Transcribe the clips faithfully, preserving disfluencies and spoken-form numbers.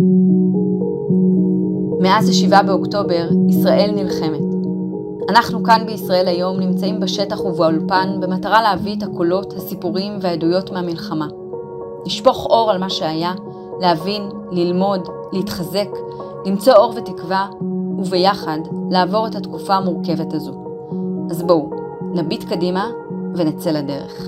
מאז השבעה באוקטובר, ישראל נלחמת. אנחנו כאן בישראל היום נמצאים בשטח ובאולפן במטרה להביא את הקולות, הסיפורים והעדויות מהמלחמה. לשפוך אור על מה שהיה, להבין, ללמוד, להתחזק, למצוא אור ותקווה, וביחד לעבור את התקופה המורכבת הזו. אז בואו, נביט קדימה ונצא לדרך.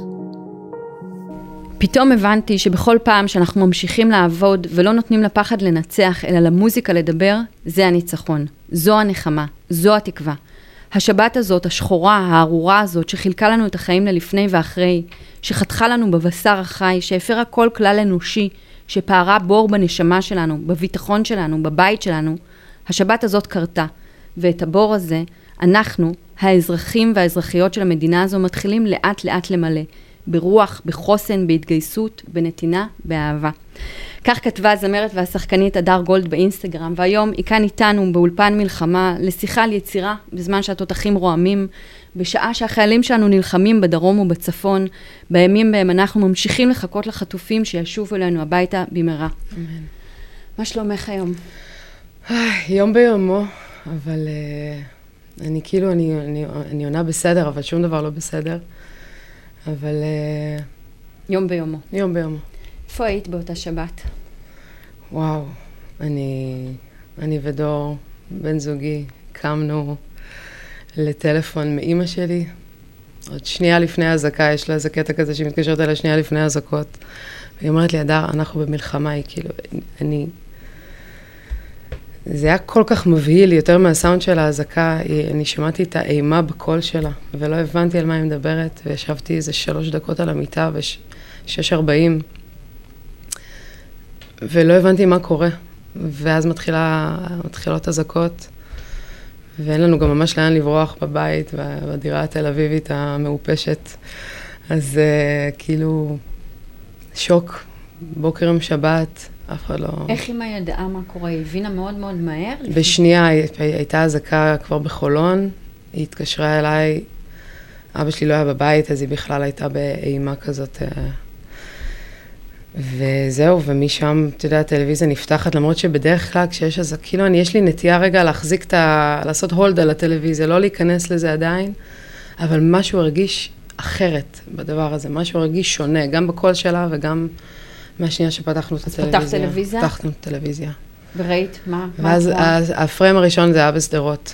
פתאום הבנתי שבכל פעם שאנחנו ממשיכים לעבוד ולא נותנים לפחד לנצח, אלא למוזיקה לדבר, זה הניצחון. זו הנחמה, זו התקווה. השבת הזאת, השחורה, הארורה הזאת, שחילקה לנו את החיים ללפני ואחרי, שחתכה לנו בבשר החי, שהפרה כל כלל אנושי, שפערה בור בנשמה שלנו, בביטחון שלנו, בבית שלנו, השבת הזאת קרתה. ואת הבור הזה, אנחנו, האזרחים והאזרחיות של המדינה הזו, מתחילים לאט לאט למלא. ברוח, בחוסן, בהתגייסות, בנתינה, באהבה. כך כתבה הזמרת והשחקנית הדר גולד באינסטגרם, והיום היא כאן איתנו באולפן מלחמה לשיחה על יצירה בזמן שהתותחים רועמים, בשעה שהחיילים שלנו נלחמים בדרום ובצפון, בימים בהם אנחנו ממשיכים לחכות לחטופים שישובו אלינו הביתה במהרה. אמן. מה שלומך היום? יום ביומו, אבל uh, אני כאילו, אני, אני, אני עונה בסדר, אבל שום דבר לא בסדר. אבל... יום ביומו. יום ביומו. איפה היית באותה שבת? וואו, אני, אני ודור, בן זוגי, קמנו לטלפון מאמא שלי. עוד שנייה לפני ההזקה, יש לה איזה קטע כזה שהיא מתקשרת אליי שנייה לפני ההזקות. והיא אומרת לי, הדר, אנחנו במלחמה, היא כאילו, אני... זה היה כל כך מבהיל, יותר מהסאונד של ההזקה, אני שמעתי את האימה בקול שלה, ולא הבנתי על מה היא מדברת, וישבתי איזה שלוש דקות על המיטה, ושש ארבעים, ולא הבנתי מה קורה, ואז מתחילה, מתחילות הזקות, ואין לנו גם ממש לאן לברוח בבית, בדירה התל אביבית המאופשת, אז uh, כאילו, שוק, בוקר עם שבת, אף אחד לא... איך אמא ידעה מה קורה? היא הבינה מאוד מאוד מהר? בשנייה, הייתה הזקה כבר בחולון, היא התקשרה אליי, אבא שלי לא היה בבית, אז היא בכלל הייתה באימה כזאת. וזהו, ומשם, אתה יודע, הטלוויזיה נפתחת, למרות שבדרך כלל כשיש הזקה, כאילו, אני, יש לי נטייה רגע להחזיק את ה... לעשות הולד על הטלוויזיה, לא להיכנס לזה עדיין, אבל משהו הרגיש אחרת בדבר הזה, משהו הרגיש שונה, גם בקול שלה וגם... מהשנייה שפתחנו את הטלוויזיה. פתחת טלוויזיה? פתחנו את הטלוויזיה. וראית? מה? ואז הפריים הראשון זה היה בסדרות.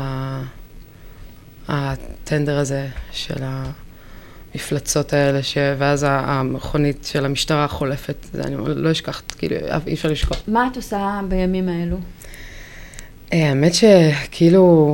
הטנדר הזה של המפלצות האלה, ואז המכונית של המשטרה חולפת. זה אני לא אשכח, כאילו, אי אפשר לשכוח. מה את עושה בימים האלו? האמת שכאילו,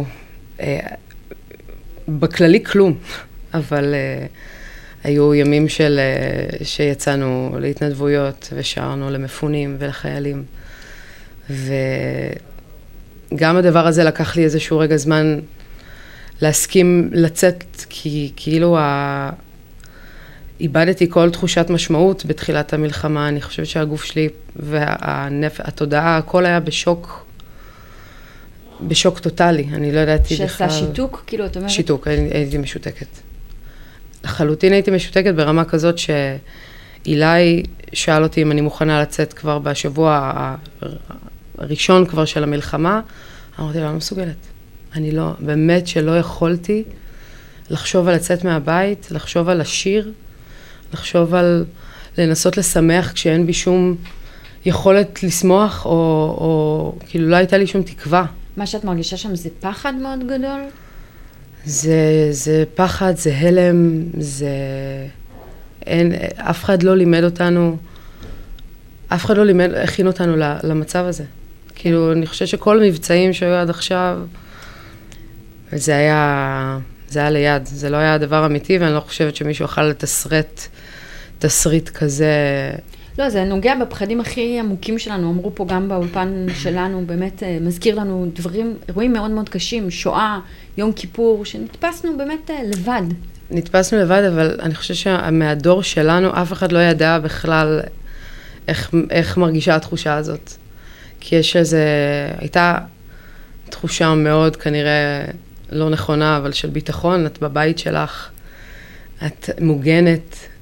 בכללי כלום, אבל... היו ימים של, שיצאנו להתנדבויות ושרנו למפונים ולחיילים. וגם הדבר הזה לקח לי איזשהו רגע זמן להסכים לצאת, כי כאילו ה... איבדתי כל תחושת משמעות בתחילת המלחמה. אני חושבת שהגוף שלי והתודעה, הכל היה בשוק, בשוק טוטלי. אני לא ידעתי בכלל... שעשה שיתוק, כאילו, את אומרת? שיתוק, הייתי משותקת. לחלוטין הייתי משותקת ברמה כזאת שאילי שאל אותי אם אני מוכנה לצאת כבר בשבוע הראשון כבר של המלחמה. אמרתי לה, לא מסוגלת. אני לא, באמת שלא יכולתי לחשוב על לצאת מהבית, לחשוב על השיר, לחשוב על לנסות לשמח כשאין בי שום יכולת לשמוח, או, או כאילו לא הייתה לי שום תקווה. מה שאת מרגישה שם זה פחד מאוד גדול? זה, זה פחד, זה הלם, זה... אין, אף אחד לא לימד אותנו, אף אחד לא לימד, הכין אותנו למצב הזה. כאילו, אני חושבת שכל המבצעים שהיו עד עכשיו, זה היה, זה היה ליד, זה לא היה הדבר אמיתי, ואני לא חושבת שמישהו יוכל לתסרט, תסריט כזה. לא, זה נוגע בפחדים הכי עמוקים שלנו, אמרו פה גם באולפן שלנו, באמת מזכיר לנו דברים, אירועים מאוד מאוד קשים, שואה, יום כיפור, שנתפסנו באמת לבד. נתפסנו לבד, אבל אני חושבת שמהדור שלנו, אף אחד לא ידע בכלל איך, איך מרגישה התחושה הזאת. כי יש איזה, הייתה תחושה מאוד כנראה לא נכונה, אבל של ביטחון, את בבית שלך, את מוגנת,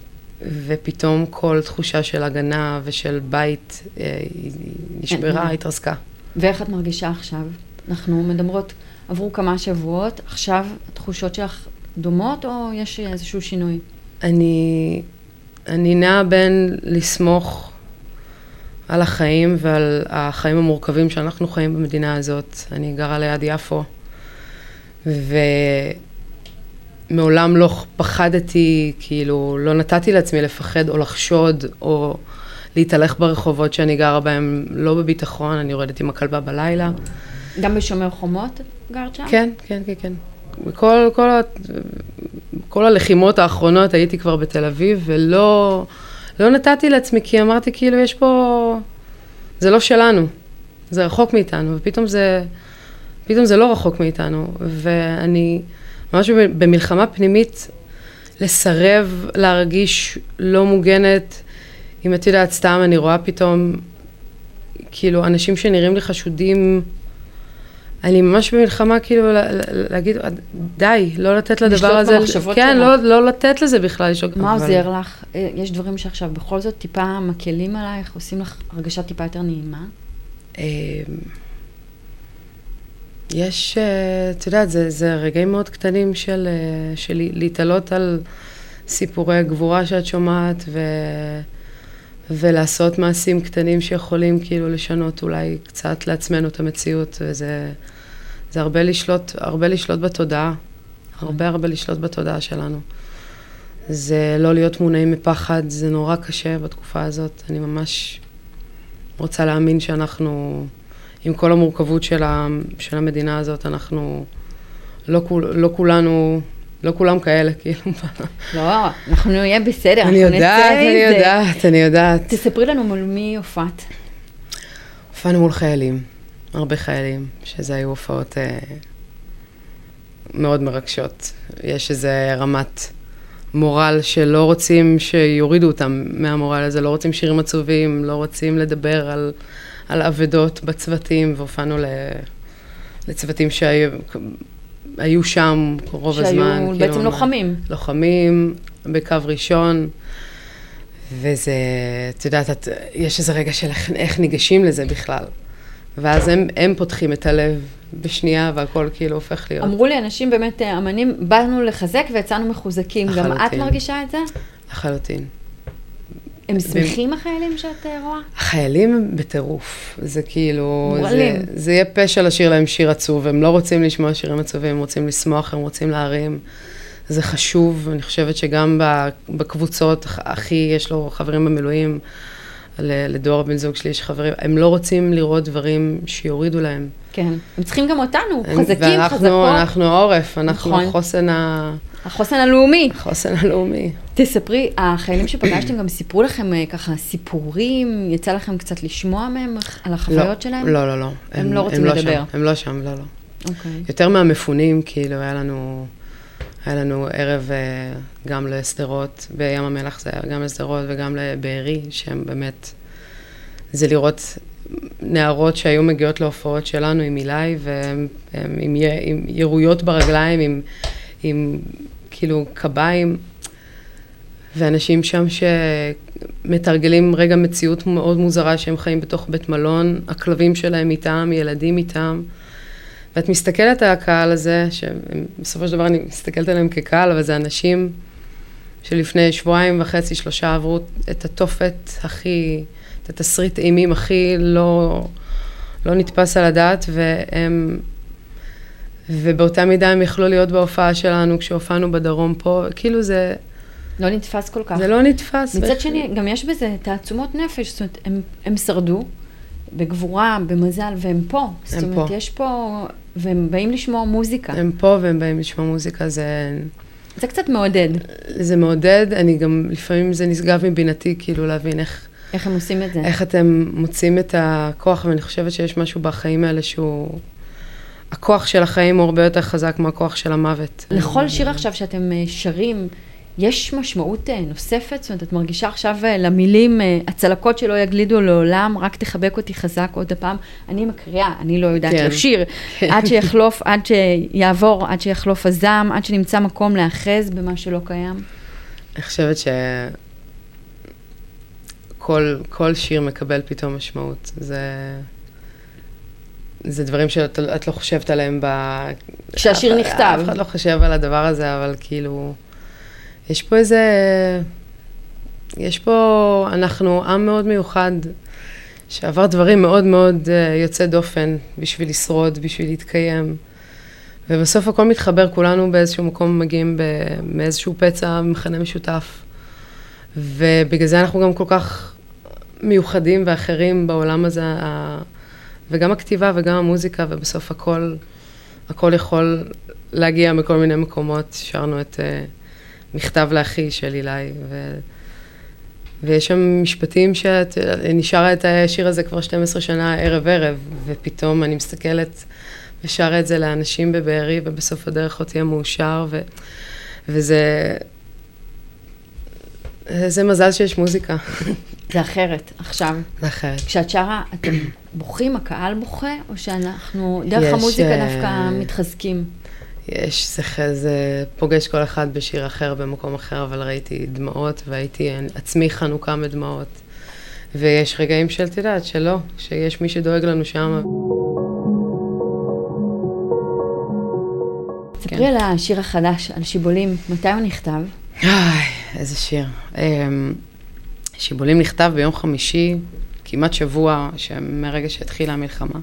ופתאום כל תחושה של הגנה ושל בית נשברה, התרסקה. ואיך את מרגישה עכשיו? אנחנו מדברות, עברו כמה שבועות, עכשיו התחושות שלך דומות או יש איזשהו שינוי? אני, אני נעה בין לסמוך על החיים ועל החיים המורכבים שאנחנו חיים במדינה הזאת. אני גרה ליד יפו, ומעולם לא פחדתי, כאילו, לא נתתי לעצמי לפחד או לחשוד או להתהלך ברחובות שאני גרה בהם, לא בביטחון, אני יורדת עם הכלבה בלילה. גם בשומר חומות גרת שם? כן, כן, כן, כן. בכל, כל, כל הלחימות האחרונות הייתי כבר בתל אביב, ולא לא נתתי לעצמי, כי אמרתי, כאילו, יש פה, זה לא שלנו, זה רחוק מאיתנו, ופתאום זה, פתאום זה לא רחוק מאיתנו, ואני ממש במלחמה פנימית לסרב, להרגיש לא מוגנת, אם את יודעת, סתם אני רואה פתאום, כאילו, אנשים שנראים לי חשודים, אני ממש במלחמה, כאילו, להגיד, די, לא לתת לדבר הזה, כן, לא, לא לתת לזה בכלל. מה עוזר לך? יש דברים שעכשיו בכל זאת טיפה מקלים עלייך, עושים לך הרגשה טיפה יותר נעימה? יש, את יודעת, זה, זה רגעים מאוד קטנים של, של להתעלות על סיפורי גבורה שאת שומעת, ו, ולעשות מעשים קטנים שיכולים כאילו לשנות אולי קצת לעצמנו את המציאות, וזה זה הרבה לשלוט, הרבה לשלוט בתודעה, הרבה הרבה לשלוט בתודעה שלנו. זה לא להיות מונעים מפחד, זה נורא קשה בתקופה הזאת. אני ממש רוצה להאמין שאנחנו, עם כל המורכבות של, ה, של המדינה הזאת, אנחנו לא, לא כולנו, לא כולם כאלה, כאילו. לא, אנחנו נהיה בסדר, אני יודעת, אני יודעת, אני יודעת. תספרי לנו מול מי הופעת. הופענו מול חיילים, הרבה חיילים, שזה היו הופעות אה, מאוד מרגשות. יש איזה רמת מורל שלא רוצים שיורידו אותם מהמורל הזה, לא רוצים שירים עצובים, לא רוצים לדבר על, על עבדות בצוותים, והופענו ל, לצוותים שהיו... היו שם רוב שהיו הזמן. שהיו בעצם כאילו, לוחמים. לוחמים, בקו ראשון, וזה, את יודעת, את, יש איזה רגע של איך, איך ניגשים לזה בכלל. ואז הם, הם פותחים את הלב בשנייה, והכל כאילו הופך להיות. אמרו לי אנשים באמת, אמנים, באנו לחזק ויצאנו מחוזקים. לחלוטין. גם את מרגישה את זה? לחלוטין. הם שמחים החיילים שאת רואה? החיילים בטירוף, זה כאילו, זה, זה יהיה פשע לשיר להם שיר עצוב, הם לא רוצים לשמוע שירים עצובים, הם רוצים לשמוח, הם רוצים להרים, זה חשוב, אני חושבת שגם בקבוצות, אחי יש לו חברים במילואים, לדור בן זוג שלי יש חברים, הם לא רוצים לראות דברים שיורידו להם. כן, הם צריכים גם אותנו, חזקים, ואנחנו, חזקות. אנחנו העורף, אנחנו נכון. החוסן ה... החוסן הלאומי. החוסן הלאומי. תספרי, החיילים שפגשתם גם סיפרו לכם ככה סיפורים, יצא לכם קצת לשמוע מהם על החוויות לא, שלהם? לא, לא, לא. הם, הם לא רוצים הם לדבר? לא שם, הם לא שם, לא, לא. אוקיי. יותר מהמפונים, כאילו, היה לנו, היה לנו ערב גם לסדרות, בים המלח זה היה גם לסדרות וגם לבארי, שהם באמת, זה לראות נערות שהיו מגיעות להופעות שלנו עם אילי, והם עם, עם ירויות ברגליים, עם, עם כאילו קביים, ואנשים שם שמתרגלים רגע מציאות מאוד מוזרה, שהם חיים בתוך בית מלון, הכלבים שלהם איתם, ילדים איתם, ואת מסתכלת על הקהל הזה, שבסופו של דבר אני מסתכלת עליהם כקהל, אבל זה אנשים שלפני שבועיים וחצי, שלושה עברו את התופת הכי, את התסריט אימים הכי לא, לא נתפס על הדעת, והם, ובאותה מידה הם יכלו להיות בהופעה שלנו, כשהופענו בדרום פה, כאילו זה... לא נתפס כל כך. זה לא נתפס. מצד שני, גם יש בזה תעצומות נפש, זאת אומרת, הם, הם שרדו בגבורה, במזל, והם פה. זאת אומרת, יש פה, והם באים לשמוע מוזיקה. הם פה והם באים לשמוע מוזיקה, זה... זה קצת מעודד. זה מעודד, אני גם, לפעמים זה נשגב מבינתי, כאילו להבין איך... איך הם עושים את זה. איך אתם מוצאים את הכוח, ואני חושבת שיש משהו בחיים האלה שהוא... הכוח של החיים הוא הרבה יותר חזק מהכוח של המוות. לכל שיר עכשיו שאתם שרים, יש משמעות נוספת? זאת אומרת, את מרגישה עכשיו למילים, הצלקות שלא יגלידו לעולם, רק תחבק אותי חזק עוד הפעם. אני מקריאה, אני לא יודעת כן. לשיר. כן. עד שיחלוף, עד שיעבור, עד שיחלוף הזעם, עד שנמצא מקום לאחז במה שלא קיים. אני חושבת ש... כל, כל שיר מקבל פתאום משמעות. זה, זה דברים שאת את לא חושבת עליהם ב... כשהשיר נכתב. אף אחד לא חושב על הדבר הזה, אבל כאילו, יש פה איזה... יש פה, אנחנו עם מאוד מיוחד, שעבר דברים מאוד מאוד יוצא דופן בשביל לשרוד, בשביל להתקיים. ובסוף הכל מתחבר, כולנו באיזשהו מקום מגיעים מאיזשהו פצע, מכנה משותף. ובגלל זה אנחנו גם כל כך מיוחדים ואחרים בעולם הזה, וגם הכתיבה וגם המוזיקה, ובסוף הכל, הכל יכול להגיע מכל מיני מקומות. שרנו את מכתב לאחי של אילי, ו... ויש שם משפטים שנשארה את השיר הזה כבר שתים עשרה שנה ערב ערב, ופתאום אני מסתכלת ושרה את זה לאנשים בבארי, ובסוף הדרך אותי המאושר, ו... וזה... זה מזל שיש מוזיקה. זה אחרת, עכשיו. זה אחרת. כשאת שרה, אתם בוכים, הקהל בוכה, או שאנחנו דרך יש, המוזיקה דווקא מתחזקים? יש, זה, זה פוגש כל אחד בשיר אחר, במקום אחר, אבל ראיתי דמעות, והייתי עצמי חנוכה מדמעות. ויש רגעים של תדעת, שלא, שיש מי שדואג לנו שם. ספרי על השיר החדש, על שיבולים, מתי הוא נכתב? איי, איזה שיר. שיבולים נכתב ביום חמישי, כמעט שבוע, מרגע שהתחילה המלחמה.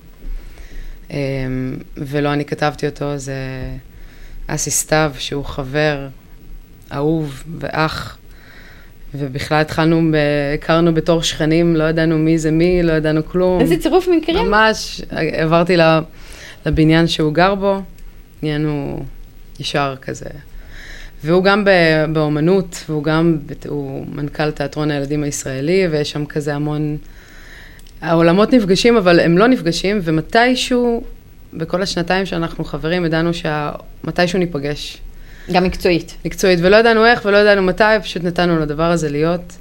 ולא אני כתבתי אותו, זה אסי סתיו, שהוא חבר, אהוב ואח, ובכלל התחלנו, הכרנו בתור שכנים, לא ידענו מי זה מי, לא ידענו כלום. איזה צירוף מקרים? ממש, עברתי לבניין שהוא גר בו, נהיינו ישר כזה. והוא גם באומנות, והוא גם, הוא מנכ"ל תיאטרון הילדים הישראלי, ויש שם כזה המון, העולמות נפגשים, אבל הם לא נפגשים, ומתישהו, בכל השנתיים שאנחנו חברים, ידענו שמתישהו ניפגש. גם מקצועית. מקצועית, ולא ידענו איך, ולא ידענו מתי, פשוט נתנו לדבר הזה להיות.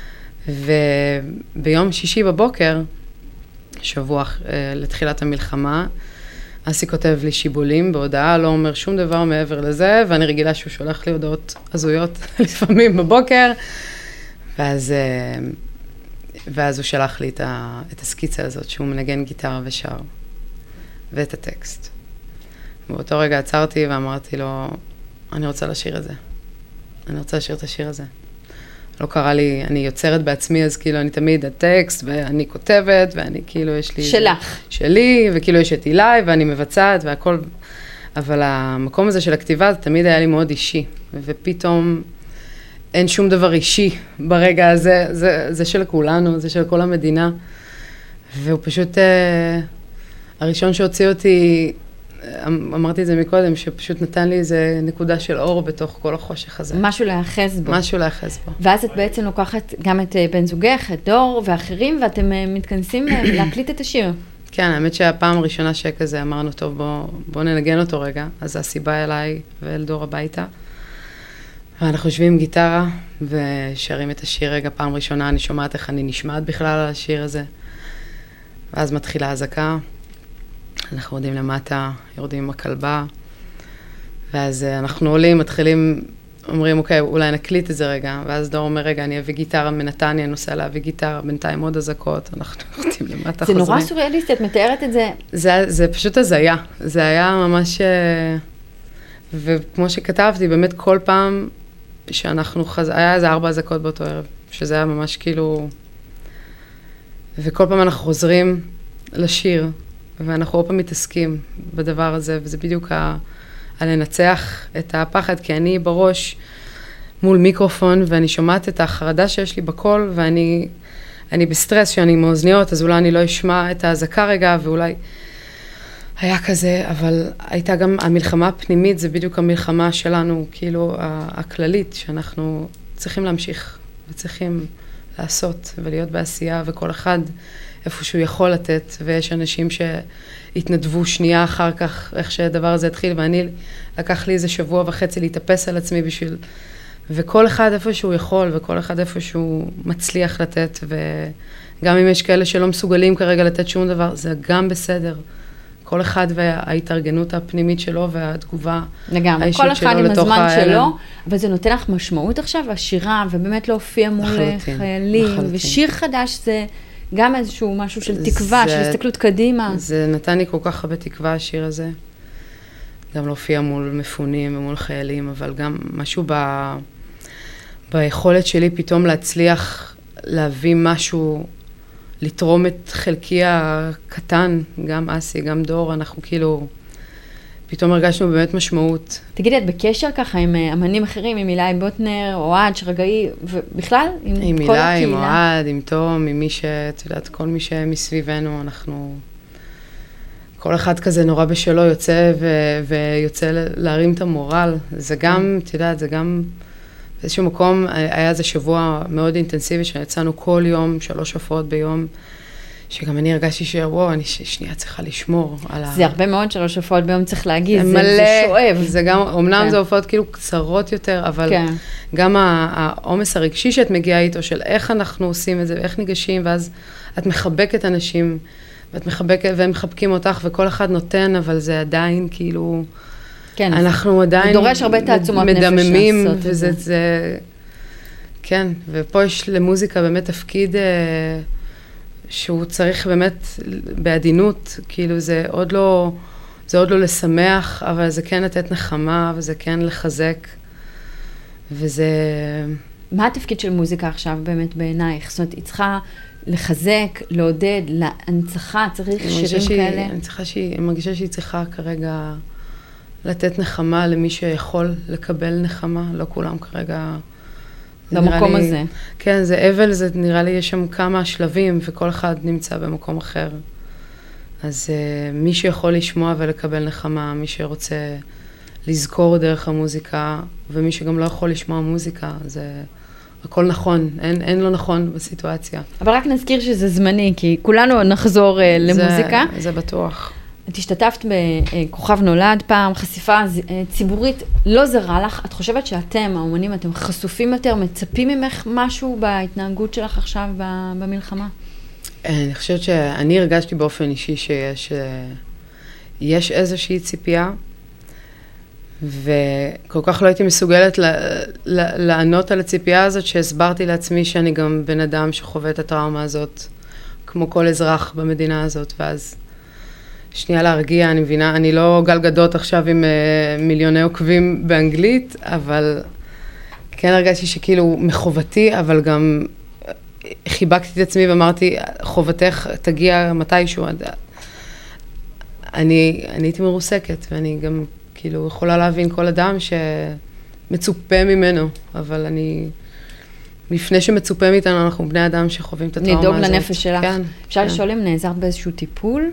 וביום שישי בבוקר, שבוע לתחילת המלחמה, אסי כותב לי שיבולים בהודעה, לא אומר שום דבר מעבר לזה, ואני רגילה שהוא שולח לי הודעות הזויות לפעמים בבוקר, ואז, ואז הוא שלח לי את, ה, את הסקיצה הזאת, שהוא מנגן גיטרה ושר, ואת הטקסט. באותו רגע עצרתי ואמרתי לו, אני רוצה לשיר את זה. אני רוצה לשיר את השיר הזה. לא קרה לי, אני יוצרת בעצמי, אז כאילו אני תמיד הטקסט, ואני כותבת, ואני כאילו יש לי... שלך. שלי, וכאילו יש את אילי, ואני מבצעת, והכל... אבל המקום הזה של הכתיבה, זה תמיד היה לי מאוד אישי. ופתאום אין שום דבר אישי ברגע הזה, זה, זה של כולנו, זה של כל המדינה. והוא פשוט... אה, הראשון שהוציא אותי... אמרתי את זה מקודם, שפשוט נתן לי איזה נקודה של אור בתוך כל החושך הזה. משהו להאחז בו. משהו להאחז בו. ואז את בעצם לוקחת גם את בן זוגך, את דור ואחרים, ואתם מתכנסים להקליט את השיר. כן, האמת שהפעם הראשונה שכזה אמרנו, טוב, בוא, בוא ננגן אותו רגע. אז הסיבה אליי ואל דור הביתה. ואנחנו יושבים עם גיטרה ושרים את השיר רגע. פעם ראשונה אני שומעת איך אני נשמעת בכלל על השיר הזה. ואז מתחילה הזקה. אנחנו יורדים למטה, יורדים עם הכלבה, ואז אנחנו עולים, מתחילים, אומרים, אוקיי, אולי נקליט את זה רגע, ואז דור אומר, רגע, אני אביא גיטרה מנתניה, נוסע להביא גיטרה, בינתיים עוד הזקות, אנחנו יורדים למטה, זה חוזרים. נורא סוריאליסטי, את מתארת את זה? זה, זה פשוט הזיה, זה היה ממש, וכמו שכתבתי, באמת כל פעם שאנחנו חז... היה איזה ארבע הזקות באותו ערב, שזה היה ממש כאילו, וכל פעם אנחנו חוזרים לשיר, ואנחנו עוד פעם מתעסקים בדבר הזה, וזה בדיוק ה... הלנצח את הפחד, כי אני בראש מול מיקרופון, ואני שומעת את החרדה שיש לי בקול, ואני אני בסטרס שאני עם האוזניות, אז אולי אני לא אשמע את ההזקה רגע, ואולי היה כזה, אבל הייתה גם המלחמה הפנימית, זה בדיוק המלחמה שלנו, כאילו הכללית, שאנחנו צריכים להמשיך, וצריכים לעשות, ולהיות בעשייה, וכל אחד איפה שהוא יכול לתת, ויש אנשים שהתנדבו שנייה אחר כך, איך שהדבר הזה התחיל, ואני לקח לי איזה שבוע וחצי להתאפס על עצמי בשביל, וכל אחד איפה שהוא יכול, וכל אחד איפה שהוא מצליח לתת, וגם אם יש כאלה שלא מסוגלים כרגע לתת שום דבר, זה גם בסדר. כל אחד וההתארגנות הפנימית שלו והתגובה לגמרי, האישית כל אחד שלו עם לתוך הזמן ההלם. שלו, אבל זה נותן לך משמעות עכשיו, השירה, ובאמת להופיע מול לחלוטין, חיילים, לחלוטין. ושיר חדש זה גם איזשהו משהו של תקווה, זה- של הסתכלות קדימה. זה נתן לי כל כך הרבה תקווה, השיר הזה. גם להופיע מול מפונים ומול חיילים, אבל גם משהו ב... ביכולת שלי פתאום להצליח להביא משהו, לתרום את חלקי הקטן, גם אסי, גם דור, אנחנו כאילו, פתאום הרגשנו באמת משמעות. תגידי, את בקשר ככה עם אה, אמנים אחרים, עם אילי בוטנר, אוהד, שרגאי, ובכלל, עם, עם כל הילה, הקהילה? עם אוהד, עם תום, עם מי שאת יודעת, כל מי שמסביבנו, אנחנו... כל אחד כזה נורא בשלו יוצא ו- ויוצא ל- להרים את המורל. זה גם, את יודעת, זה גם באיזשהו מקום, היה איזה שבוע מאוד אינטנסיבי, שיצאנו כל יום, שלוש הופעות ביום, שגם אני הרגשתי שוואו, אני ש- שנייה צריכה לשמור על ה... זה הרבה מאוד שלוש הופעות ביום צריך להגיד, זה, מלא, זה שואב. זה גם, אמנם כן. זה הופעות כאילו קצרות יותר, אבל כן. גם ה- העומס הרגשי שאת מגיעה איתו, של איך אנחנו עושים את זה, ואיך ניגשים, ואז את מחבקת אנשים, ואת מחבקת, והם מחבקים אותך, וכל אחד נותן, אבל זה עדיין כאילו, כן, אנחנו עדיין זה דורש הרבה תעצומות נפש מדממים, לעשות את וזה, זה. זה, כן, ופה יש למוזיקה באמת תפקיד אה, שהוא צריך באמת בעדינות, כאילו זה עוד לא, זה עוד לא לשמח, אבל זה כן לתת נחמה, וזה כן לחזק, וזה... מה התפקיד של מוזיקה עכשיו באמת בעינייך? זאת אומרת, היא צריכה לחזק, לעודד, להנצחה, צריך אני מרגישה שירים שהיא- כאלה? אני צריכה שהיא, אני מרגישה שהיא צריכה כרגע לתת נחמה למי שיכול לקבל נחמה, לא כולם כרגע... זה נראה במקום לי- הזה. כן, זה אבל, זה נראה לי, יש שם כמה שלבים, וכל אחד נמצא במקום אחר. אז uh, מי שיכול לשמוע ולקבל נחמה, מי שרוצה לזכור דרך המוזיקה, ומי שגם לא יכול לשמוע מוזיקה, זה הכל נכון, אין, אין לו נכון בסיטואציה. אבל רק נזכיר שזה זמני, כי כולנו עוד נחזור uh, למוזיקה. זה, זה בטוח. את השתתפת בכוכב נולד פעם, חשיפה ז- אה, ציבורית לא זרה לך. את חושבת שאתם, האומנים, אתם חשופים יותר, מצפים ממך משהו בהתנהגות שלך עכשיו ב- במלחמה? אני חושבת שאני הרגשתי באופן אישי שיש אה, יש איזושהי ציפייה, וכל כך לא הייתי מסוגלת ל- ל- לענות על הציפייה הזאת, שהסברתי לעצמי שאני גם בן אדם שחווה את הטראומה הזאת, כמו כל אזרח במדינה הזאת, ואז שנייה להרגיע, אני מבינה, אני לא גל גדות עכשיו עם uh, מיליוני עוקבים באנגלית, אבל כן הרגשתי שכאילו מחובתי, אבל גם חיבקתי את עצמי ואמרתי, חובתך תגיע מתישהו. אני, אני הייתי מרוסקת, ואני גם כאילו יכולה להבין כל אדם שמצופה ממנו, אבל אני, לפני שמצופה מאיתנו, אנחנו בני אדם שחווים את הטראומה הזאת. לדאוג לנפש שלך. כן. אפשר כן. לשאול אם נעזרת באיזשהו טיפול?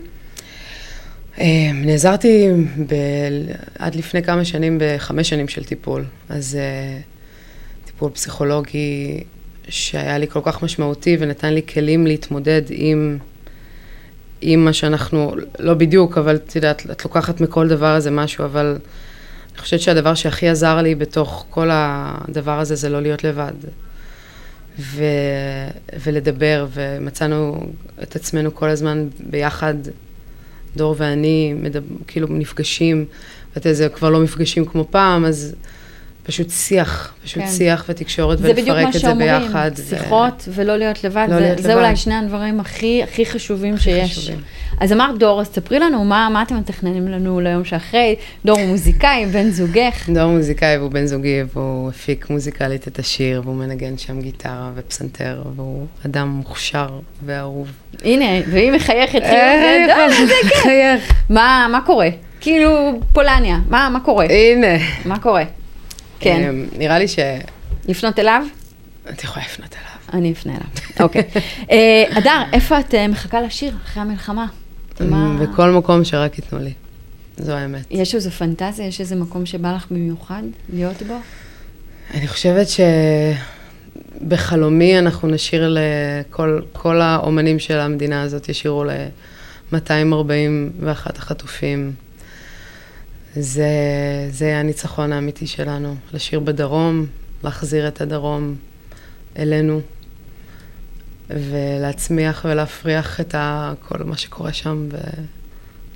נעזרתי ב... עד לפני כמה שנים, בחמש שנים של טיפול. אז טיפול פסיכולוגי שהיה לי כל כך משמעותי ונתן לי כלים להתמודד עם, עם מה שאנחנו, לא בדיוק, אבל את יודעת, את לוקחת מכל דבר הזה משהו, אבל אני חושבת שהדבר שהכי עזר לי בתוך כל הדבר הזה זה לא להיות לבד. ו... ולדבר, ומצאנו את עצמנו כל הזמן ביחד, דור ואני, מדבר, כאילו נפגשים, וזה כבר לא מפגשים כמו פעם, אז פשוט שיח, פשוט כן. שיח ותקשורת, זה בדיוק ולפרק מה את זה ביחד. שאומרים, שיחות ו... ולא להיות לבד, לא זה, להיות זה לבד. אולי שני הדברים הכי, הכי חשובים הכי שיש. חשובים. אז אמרת דור, אז תספרי לנו מה, מה אתם מתכננים לנו ליום שאחרי, דור הוא מוזיקאי, בן זוגך. דור מוזיקאי והוא בן זוגי, והוא הפיק מוזיקלית את השיר, והוא מנגן שם גיטרה ופסנתר, והוא אדם מוכשר ואהוב. הנה, והיא מחייכת, חיוך גדול, זה כן. מה, מה קורה? כאילו, פולניה, מה, מה קורה? הנה. מה קורה? כן. נראה לי ש... לפנות אליו? את יכולה לפנות אליו. אני אפנה אליו, אוקיי. אה, אדר, איפה את אה, מחכה לשיר אחרי המלחמה? מה- בכל מקום שרק ייתנו לי. זו האמת. יש איזו פנטזיה, יש איזה מקום שבא לך במיוחד להיות בו? אני חושבת שבחלומי אנחנו נשאיר לכל כל האומנים של המדינה הזאת, ישירו ל-מאתיים ארבעים ואחת החטופים. זה, זה הניצחון האמיתי שלנו, לשיר בדרום, להחזיר את הדרום אלינו, ולהצמיח ולהפריח את ה, כל מה שקורה שם,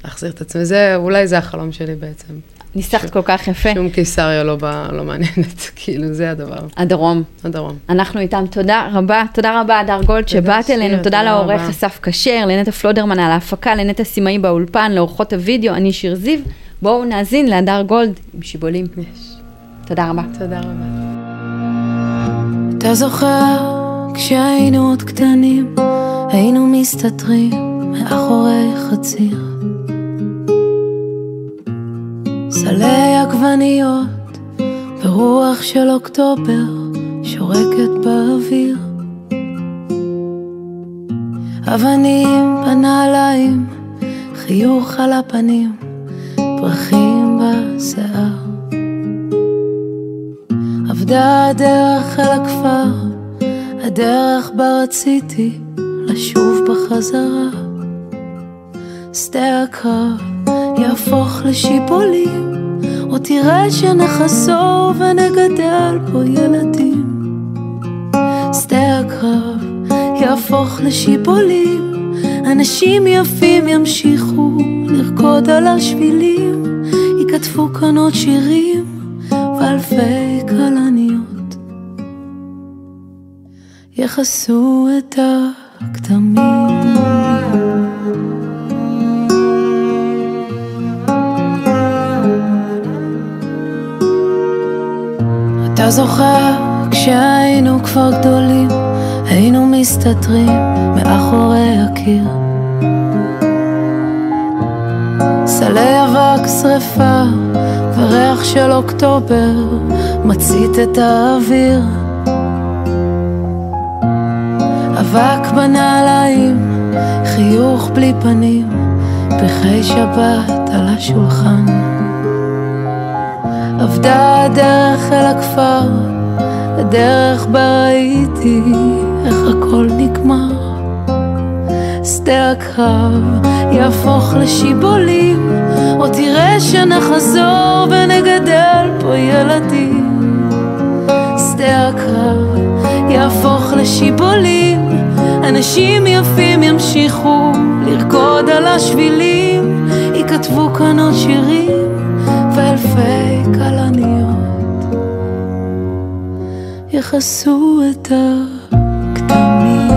להחזיר את עצמי. זה, אולי זה החלום שלי בעצם. ניסחת כל כך יפה. שום קיסריה לא, בא, לא מעניינת, כאילו זה הדבר. הדרום. הדרום. אנחנו איתם, תודה רבה, תודה רבה, הדר גולד, שבאת אלינו, תודה, תודה לעורך אסף כשר, לנטע פלודרמן על ההפקה, לנטע סימאי באולפן, לאורחות הוידאו, אני שיר זיו, בואו נאזין להדר גולד עם שיבולים. יש. תודה רבה. תודה רבה. אתה זוכר כשהיינו עוד קטנים, היינו מסתתרים מאחורי חציר, סלי עגבניות ברוח של אוקטובר שורקת באוויר, אבנים בנעליים, חיוך על הפנים, פרחים בשיער. עבדה הדרך אל הכפר, הדרך בה רציתי לשוב בחזרה. שדה הקרב יהפוך לשיפולים, או תראה שנחזור ונגדל פה ילדים. שדה הקרב יהפוך לשיפולים, אנשים יפים ימשיכו לרקוד על השבילים, יכתבו כאן עוד שירים ואלפי כלניות יחסו את הכתמים. אתה זוכר כשהיינו כבר גדולים, היינו מסתתרים מאחורי הקיר, סלי אבק שריפה וריח של אוקטובר מצית את האוויר, אבק בנעליים, חיוך בלי פנים, פרחי שבת על השולחן. עבדה הדרך אל הכפר, הדרך בה ראיתי איך הכל נגמר. שדה הקרב יהפוך לשיבולים, או תראה שנחזור ונגדל פה ילדים. שדה הקרב יהפוך לשיבולים, אנשים יפים ימשיכו לרקוד על השבילים, יכתבו כאן עוד שירים ואלפי כלניות יחסו את הכתמים.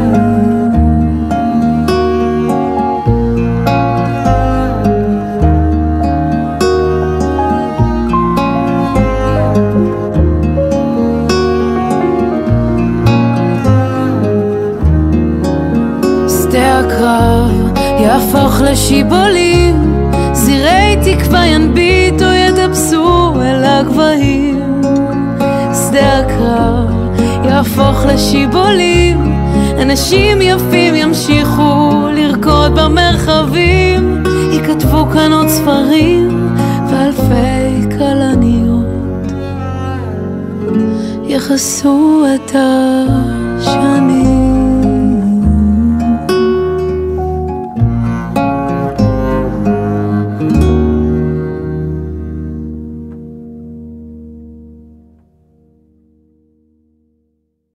שדה הקרב יהפוך לשיבולים, זירי תקווה ינביטו יטפסו אל הגבהים. שדה הקרב יהפוך לשיבולים, אנשים יפים ימשיכו לרקוד במרחבים, יכתבו כאן עוד ספרים ואלפי כלניות יחסו את השנים.